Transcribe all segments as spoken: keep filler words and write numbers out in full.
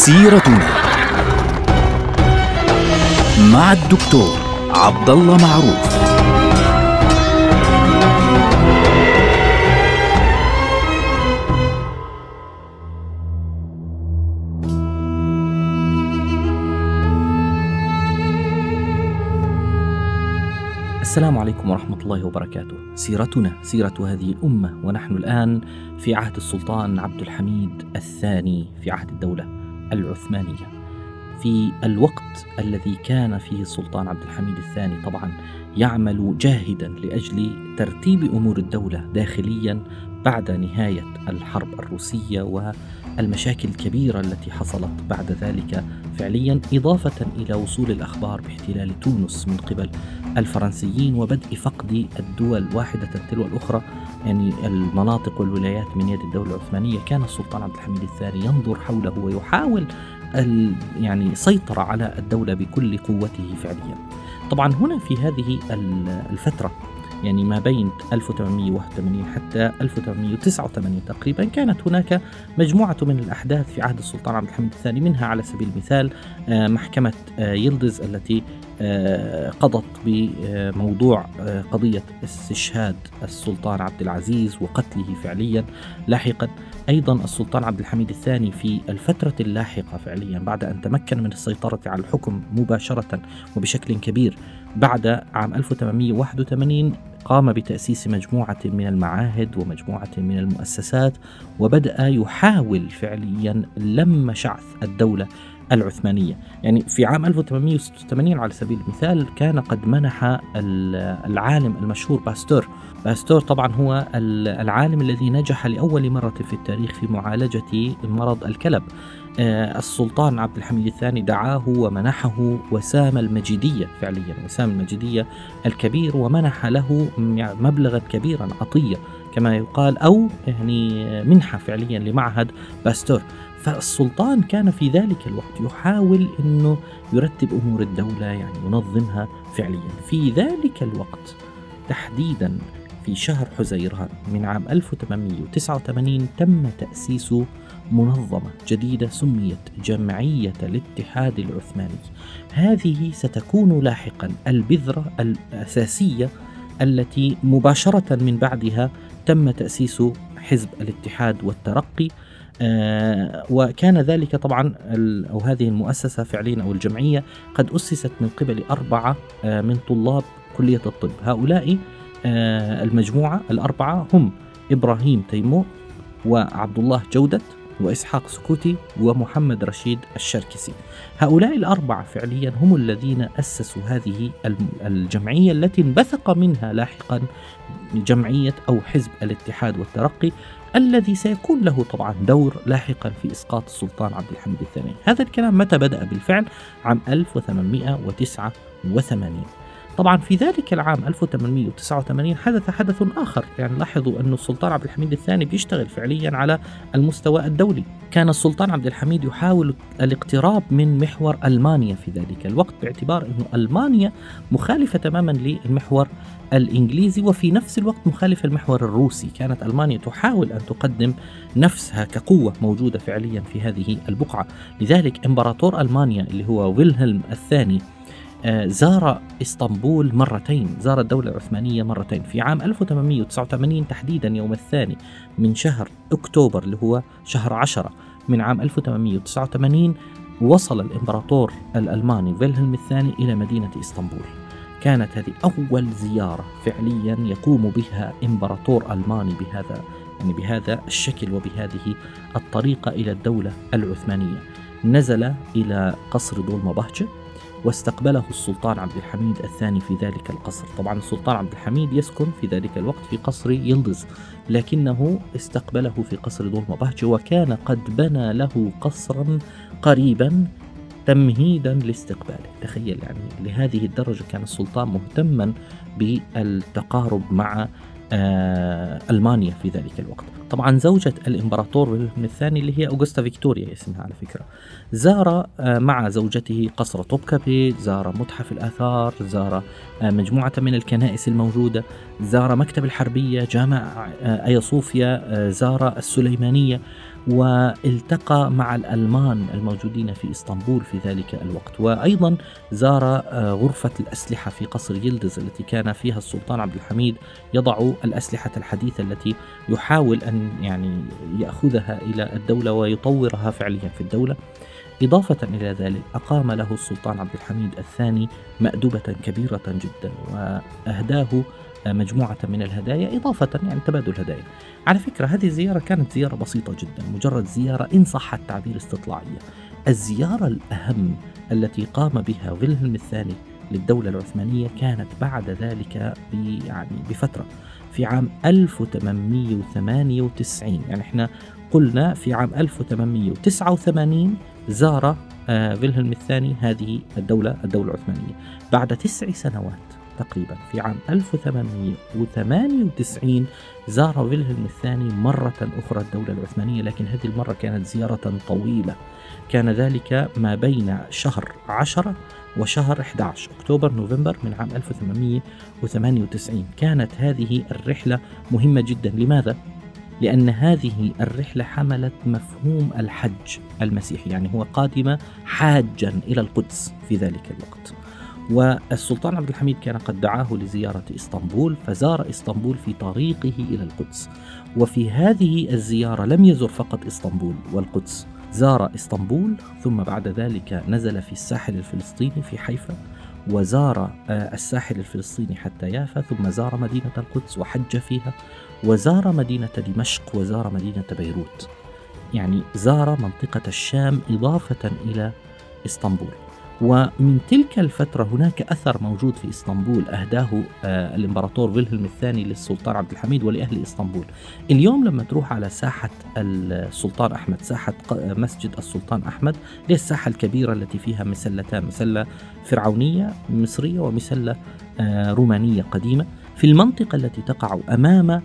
سيرتنا مع الدكتور عبد الله معروف. السلام عليكم ورحمة الله وبركاته. سيرتنا سيرة هذه الأمة، ونحن الآن في عهد السلطان عبد الحميد الثاني في عهد الدولة العثمانية، في الوقت الذي كان فيه السلطان عبد الحميد الثاني طبعا يعمل جاهدا لأجل ترتيب أمور الدولة داخليا بعد نهاية الحرب الروسية والمشاكل الكبيرة التي حصلت بعد ذلك فعليا، إضافة إلى وصول الأخبار باحتلال تونس من قبل الفرنسيين وبدء فقد الدول واحدة تلو الأخرى، يعني المناطق والولايات من يد الدولة العثمانية. كان السلطان عبد الحميد الثاني ينظر حوله ويحاول يعني سيطرة على الدولة بكل قوته فعليا. طبعا هنا في هذه الفترة يعني ما بين ألف وثمانمائة وواحد وثمانين حتى ألف وثمانمائة وتسعة وثمانين تقريبا كانت هناك مجموعة من الأحداث في عهد السلطان عبد الحميد الثاني، منها على سبيل المثال محكمة يلدز التي قضت بموضوع قضية استشهاد السلطان عبد العزيز وقتله فعليا لاحقا. أيضا السلطان عبد الحميد الثاني في الفترة اللاحقة فعليا بعد أن تمكن من السيطرة على الحكم مباشرة وبشكل كبير بعد عام ألف وثمانمائة وواحد وثمانين قام بتأسيس مجموعة من المعاهد ومجموعة من المؤسسات، وبدأ يحاول فعليا لم شعث الدولة العثمانية. يعني في عام ألف وثمانمائة وستة وثمانين على سبيل المثال كان قد منح العالم المشهور باستور باستور طبعا هو العالم الذي نجح لأول مرة في التاريخ في معالجة مرض الكلب. السلطان عبد الحميد الثاني دعاه ومنحه وسام المجيدية فعليا، وسام المجيدية الكبير، ومنح له مبلغا كبيرا عطية كما يقال، أو يعني منحة فعليا لمعهد باستور. فالسلطان كان في ذلك الوقت يحاول أنه يرتب أمور الدولة، يعني ينظمها فعليا. في ذلك الوقت تحديدا في شهر حزيران من عام ألف وثمانمائة وتسعة وثمانين تم تأسيس منظمة جديدة سميت جمعية الاتحاد العثماني. هذه ستكون لاحقا البذرة الأساسية التي مباشرة من بعدها تم تأسيس حزب الاتحاد والترقي. آه وكان ذلك طبعا أو هذه المؤسسة فعليا أو الجمعية قد أسست من قبل أربعة آه من طلاب كلية الطب. هؤلاء آه المجموعة الأربعة هم إبراهيم تيمور وعبد الله جودة وإسحاق سكوتي ومحمد رشيد الشركسي. هؤلاء الأربعة فعليا هم الذين أسسوا هذه الجمعية التي انبثق منها لاحقا جمعية أو حزب الاتحاد والترقي، الذي سيكون له طبعا دور لاحقا في إسقاط السلطان عبد الحميد الثاني. هذا الكلام متى بدأ بالفعل؟ عام ألف وثمانمائة وتسعة وثمانين. طبعا في ذلك العام ألف وثمانمائة وتسعة وثمانين حدث حدث آخر. يعني لاحظوا أن السلطان عبد الحميد الثاني بيشتغل فعليا على المستوى الدولي. كان السلطان عبد الحميد يحاول الاقتراب من محور ألمانيا في ذلك الوقت، باعتبار أن ألمانيا مخالفة تماما للمحور الإنجليزي وفي نفس الوقت مخالفة المحور الروسي. كانت ألمانيا تحاول أن تقدم نفسها كقوة موجودة فعليا في هذه البقعة. لذلك إمبراطور ألمانيا اللي هو ويلهلم الثاني زار إسطنبول مرتين، زار الدولة العثمانية مرتين. في عام ألف وثمانمائة وتسعة وثمانين تحديدا يوم الثاني من شهر أكتوبر اللي هو شهر عشرة من عام ألف وثمانمائة وتسعة وثمانين وصل الإمبراطور الألماني ويلهلم الثاني إلى مدينة إسطنبول. كانت هذه أول زيارة فعليا يقوم بها إمبراطور ألماني بهذا يعني بهذا الشكل وبهذه الطريقة إلى الدولة العثمانية. نزل إلى قصر دولمابهجة واستقبله السلطان عبد الحميد الثاني في ذلك القصر. طبعا السلطان عبد الحميد يسكن في ذلك الوقت في قصر يلدز، لكنه استقبله في قصر دولمابهجة، وكان قد بنى له قصرا قريبا تمهيدا لاستقباله. تخيل يعني لهذه الدرجة كان السلطان مهتما بالتقارب مع آه ألمانيا في ذلك الوقت. طبعا زوجة الإمبراطور ويلهلم الثاني اللي هي أوغستا فيكتوريا اسمها على فكرة، زار آه مع زوجته قصر توبكابي، زار متحف الآثار، زار آه مجموعة من الكنائس الموجودة، زار مكتب الحربية، جامع آه آيا صوفيا، آه زار السليمانية. والتقى مع الألمان الموجودين في إسطنبول في ذلك الوقت، وأيضا زار غرفة الأسلحة في قصر يلدز التي كان فيها السلطان عبد الحميد يضع الأسلحة الحديثة التي يحاول أن يعني يأخذها إلى الدولة ويطورها فعليا في الدولة. إضافة إلى ذلك أقام له السلطان عبد الحميد الثاني مأدبة كبيرة جدا وأهداه مجموعة من الهدايا، إضافة يعني تبادل هدايا. على فكرة هذه الزيارة كانت زيارة بسيطة جدا، مجرد زيارة إن صح التعبير استطلاعية. الزيارة الأهم التي قام بها فيلهلم الثاني للدولة العثمانية كانت بعد ذلك يعني بفترة، في عام ألف وثمانمئة وثمانية وتسعين. يعني احنا قلنا في عام ألف وثمانمئة وتسعة وثمانين زار آه فيلهلم الثاني هذه الدولة الدولة العثمانية. بعد تسع سنوات تقريبا في عام ألف وثمانمئة وثمانية وتسعين زار فيلهلم الثاني مرة أخرى الدولة العثمانية، لكن هذه المرة كانت زيارة طويلة. كان ذلك ما بين شهر عشرة وشهر أحد عشر أكتوبر نوفمبر من عام ألف وثمانمئة وثمانية وتسعين. كانت هذه الرحلة مهمة جدا. لماذا؟ لأن هذه الرحلة حملت مفهوم الحج المسيحي، يعني هو قادم حاجا إلى القدس في ذلك الوقت. والسلطان عبد الحميد كان قد دعاه لزيارة إسطنبول، فزار إسطنبول في طريقه إلى القدس. وفي هذه الزيارة لم يزر فقط إسطنبول والقدس، زار إسطنبول ثم بعد ذلك نزل في الساحل الفلسطيني في حيفا، وزار الساحل الفلسطيني حتى يافا، ثم زار مدينة القدس وحج فيها، وزار مدينة دمشق، وزار مدينة بيروت. يعني زار منطقة الشام إضافة إلى إسطنبول. ومن تلك الفترة هناك أثر موجود في إسطنبول أهداه آه الإمبراطور فيلهلم الثاني للسلطان عبد الحميد ولأهل إسطنبول. اليوم لما تروح على ساحة السلطان أحمد، ساحة مسجد السلطان أحمد، هي الساحة الكبيرة التي فيها مسلتان، مسلة فرعونية مصرية ومسلة آه رومانية قديمة. في المنطقة التي تقع أمام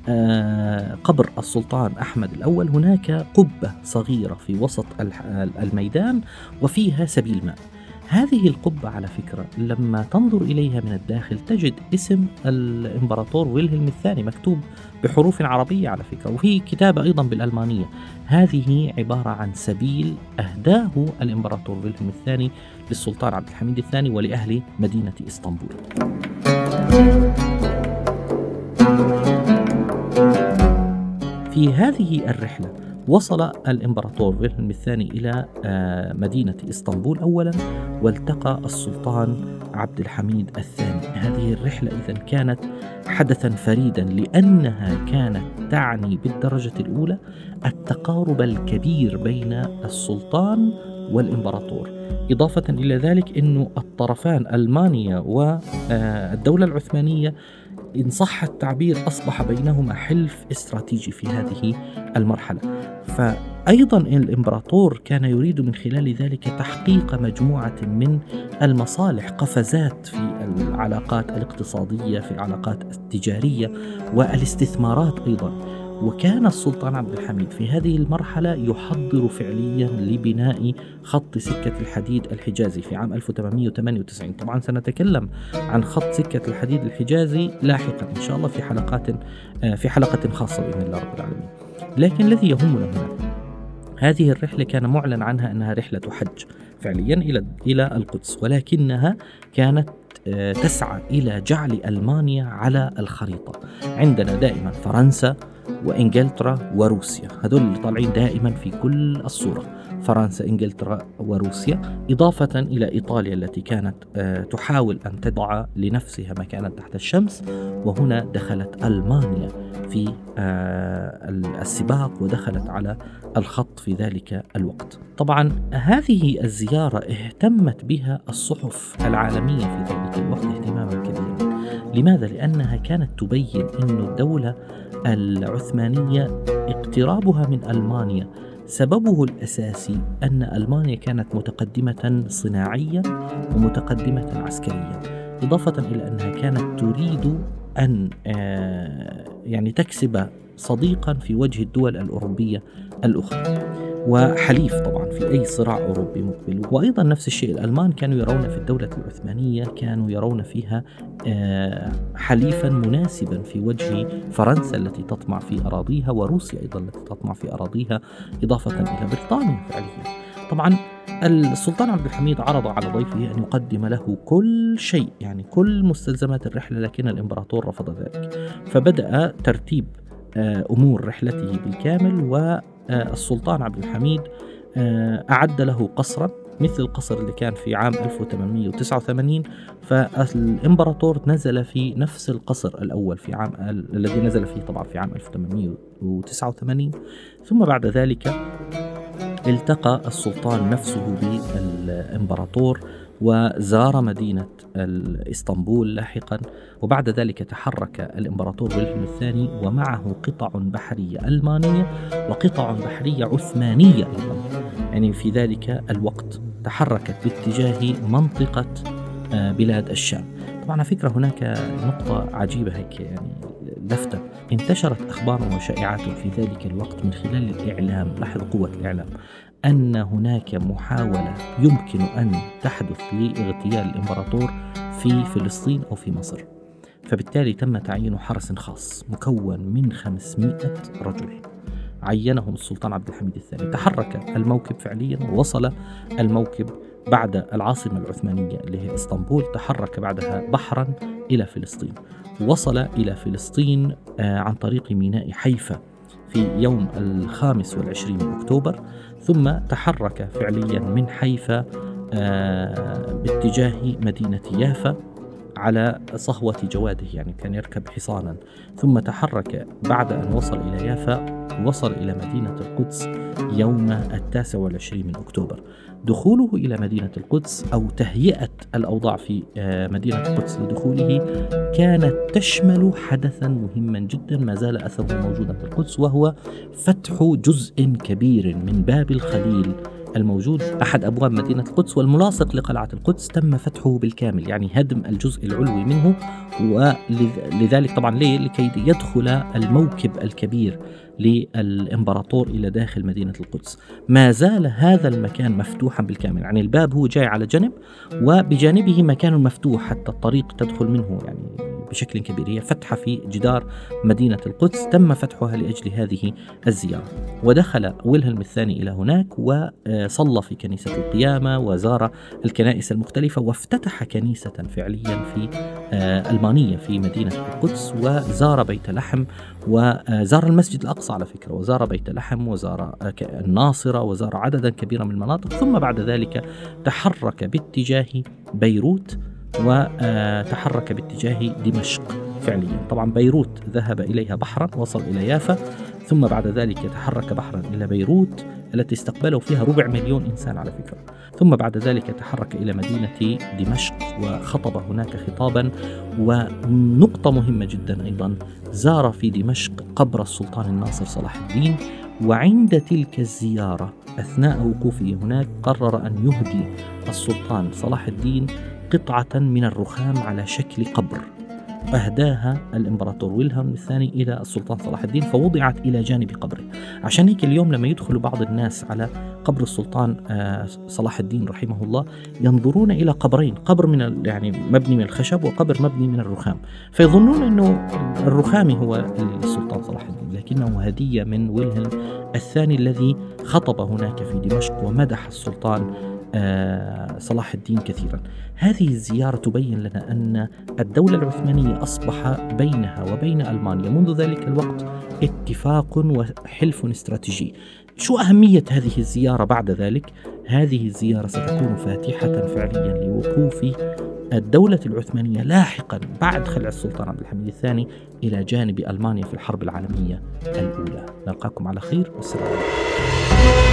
آه قبر السلطان أحمد الأول هناك قبة صغيرة في وسط الميدان وفيها سبيل ماء. هذه القبة على فكرة لما تنظر إليها من الداخل تجد اسم الإمبراطور فيلهلم الثاني مكتوب بحروف عربية على فكرة، وفي كتابة أيضا بالألمانية. هذه عبارة عن سبيل أهداه الإمبراطور فيلهلم الثاني للسلطان عبد الحميد الثاني ولأهل مدينة إسطنبول. في هذه الرحلة وصل الإمبراطور فيلهلم الثاني إلى مدينة إسطنبول أولا، والتقى السلطان عبد الحميد الثاني. هذه الرحلة إذن كانت حدثا فريدا، لأنها كانت تعني بالدرجة الأولى التقارب الكبير بين السلطان والإمبراطور. إضافة إلى ذلك أن الطرفان ألمانيا والدولة العثمانية إن صح التعبير أصبح بينهما حلف استراتيجي في هذه المرحلة. فأيضا الإمبراطور كان يريد من خلال ذلك تحقيق مجموعة من المصالح، قفزات في العلاقات الاقتصادية، في العلاقات التجارية والاستثمارات أيضا. وكان السلطان عبد الحميد في هذه المرحلة يحضر فعليا لبناء خط سكة الحديد الحجازي في عام ألف وثمانمئة وثمانية وتسعين. طبعا سنتكلم عن خط سكة الحديد الحجازي لاحقا إن شاء الله في حلقات في حلقة خاصة بإذن الله رب العالمين. لكن الذي يهمنا هنا هذه الرحلة كان معلن عنها أنها رحلة حج فعليا إلى إلى القدس، ولكنها كانت تسعى إلى جعل ألمانيا على الخريطة. عندنا دائما فرنسا وإنجلترا وروسيا، هذول اللي طالعين دائما في كل الصورة، فرنسا إنجلترا وروسيا، إضافة إلى إيطاليا التي كانت تحاول أن تضع لنفسها مكانا تحت الشمس. وهنا دخلت ألمانيا في السباق ودخلت على الخط في ذلك الوقت. طبعا هذه الزيارة اهتمت بها الصحف العالمية في ذلك الوقت اهتماما كبيرا. لماذا؟ لأنها كانت تبين أن الدولة العثمانية اقترابها من ألمانيا سببه الأساسي أن ألمانيا كانت متقدمة صناعيا ومتقدمة عسكريا، إضافة إلى أنها كانت تريد أن يعني تكسب صديقا في وجه الدول الأوروبية الأخرى. وحليف طبعا في أي صراع أوروبي مقبل. وأيضا نفس الشيء الألمان كانوا يرون في الدولة العثمانية، كانوا يرون فيها حليفا مناسبا في وجه فرنسا التي تطمع في أراضيها، وروسيا أيضا التي تطمع في أراضيها، إضافة إلى بريطانيا فعليا. طبعا السلطان عبد الحميد عرض على ضيفه أن يقدم له كل شيء، يعني كل مستلزمات الرحلة، لكن الإمبراطور رفض ذلك. فبدأ ترتيب أمور رحلته بالكامل، والسلطان عبد الحميد أعد له قصرا مثل القصر اللي كان في عام ألف وثمانمئة وتسعة وثمانين. فالإمبراطور نزل في نفس القصر الأول في عام الذي نزل فيه طبعا في عام ألف وثمانمئة وتسعة وثمانين. ثم بعد ذلك التقى السلطان نفسه بالإمبراطور وزار مدينة اسطنبول لاحقا. وبعد ذلك تحرك الإمبراطور ويلهلم الثاني ومعه قطع بحرية ألمانية وقطع بحرية عثمانية أيضا، يعني في ذلك الوقت تحركت باتجاه منطقة بلاد الشام. طبعا فكرة هناك نقطة عجيبة هيك، يعني لفتة، انتشرت أخبار وشائعات في ذلك الوقت من خلال الإعلام، لاحظ قوة الإعلام، أن هناك محاولة يمكن أن تحدث لاغتيال الإمبراطور في فلسطين أو في مصر. فبالتالي تم تعيين حرس خاص مكون من خمسمائة رجل عينهم السلطان عبد الحميد الثاني. تحرك الموكب فعليا، ووصل الموكب بعد العاصمة العثمانية اللي هي اسطنبول، تحرك بعدها بحرا إلى فلسطين، وصل إلى فلسطين عن طريق ميناء حيفا في يوم الخامس والعشرين من أكتوبر. ثم تحرك فعليا من حيفا باتجاه مدينة يافا على صهوة جواده، يعني كان يركب حصانا. ثم تحرك بعد أن وصل إلى يافا وصل إلى مدينة القدس يوم التاسع والعشرين من أكتوبر. دخوله إلى مدينة القدس أو تهيئة الأوضاع في مدينة القدس لدخوله كانت تشمل حدثا مهما جدا ما زال أثره موجودا في القدس، وهو فتح جزء كبير من باب الخليل الموجود أحد أبواب مدينة القدس والملاصق لقلعة القدس. تم فتحه بالكامل، يعني هدم الجزء العلوي منه. ولذلك طبعا ليه؟ لكي يدخل الموكب الكبير للإمبراطور إلى داخل مدينة القدس. ما زال هذا المكان مفتوحا بالكامل، يعني الباب هو جاي على جنب وبجانبه مكان مفتوح حتى الطريق تدخل منه يعني بشكل كبير. هي فتحة في جدار مدينة القدس تم فتحها لأجل هذه الزيارة. ودخل ويلهلم الثاني إلى هناك وصلى في كنيسة القيامة وزار الكنائس المختلفة، وافتتح كنيسة فعليا في ألمانية في مدينة القدس، وزار بيت لحم وزار المسجد الأقصى على فكرة، وزار بيت لحم وزار الناصرة وزار عددا كبيرا من المناطق. ثم بعد ذلك تحرك باتجاه بيروت وتحرك باتجاه دمشق فعليا. طبعا بيروت ذهب إليها بحرا، وصل إلى يافا، ثم بعد ذلك تحرك بحرا إلى بيروت التي استقبله فيها ربع مليون إنسان على فكرة. ثم بعد ذلك تحرك إلى مدينة دمشق وخطب هناك خطابا. ونقطة مهمة جدا أيضا، زار في دمشق قبر السلطان الناصر صلاح الدين، وعند تلك الزيارة أثناء وقوفه هناك قرر أن يهدي السلطان صلاح الدين قطعة من الرخام على شكل قبر، أهداها الإمبراطور ويلهلم الثاني إلى السلطان صلاح الدين، فوضعت إلى جانب قبره. عشان هيك اليوم لما يدخل بعض الناس على قبر السلطان صلاح الدين رحمه الله ينظرون إلى قبرين، قبر من يعني مبني من الخشب وقبر مبني من الرخام، فيظنون أنه الرخامي هو السلطان صلاح الدين، لكنه هدية من ويلهلم الثاني الذي خطب هناك في دمشق ومدح السلطان صلاح الدين كثيرا. هذه الزيارة تبين لنا أن الدولة العثمانية أصبح بينها وبين ألمانيا منذ ذلك الوقت اتفاق وحلف استراتيجي. شو أهمية هذه الزيارة بعد ذلك؟ هذه الزيارة ستكون فاتحة فعليا لوقوف الدولة العثمانية لاحقا بعد خلع السلطان عبد الحميد الثاني إلى جانب ألمانيا في الحرب العالمية الأولى. نلقاكم على خير، والسلام عليكم.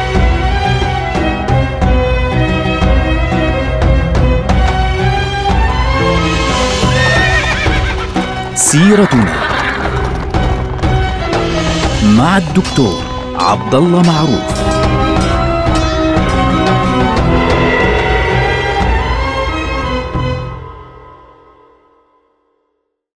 سيرتنا مع الدكتور عبد الله معروف.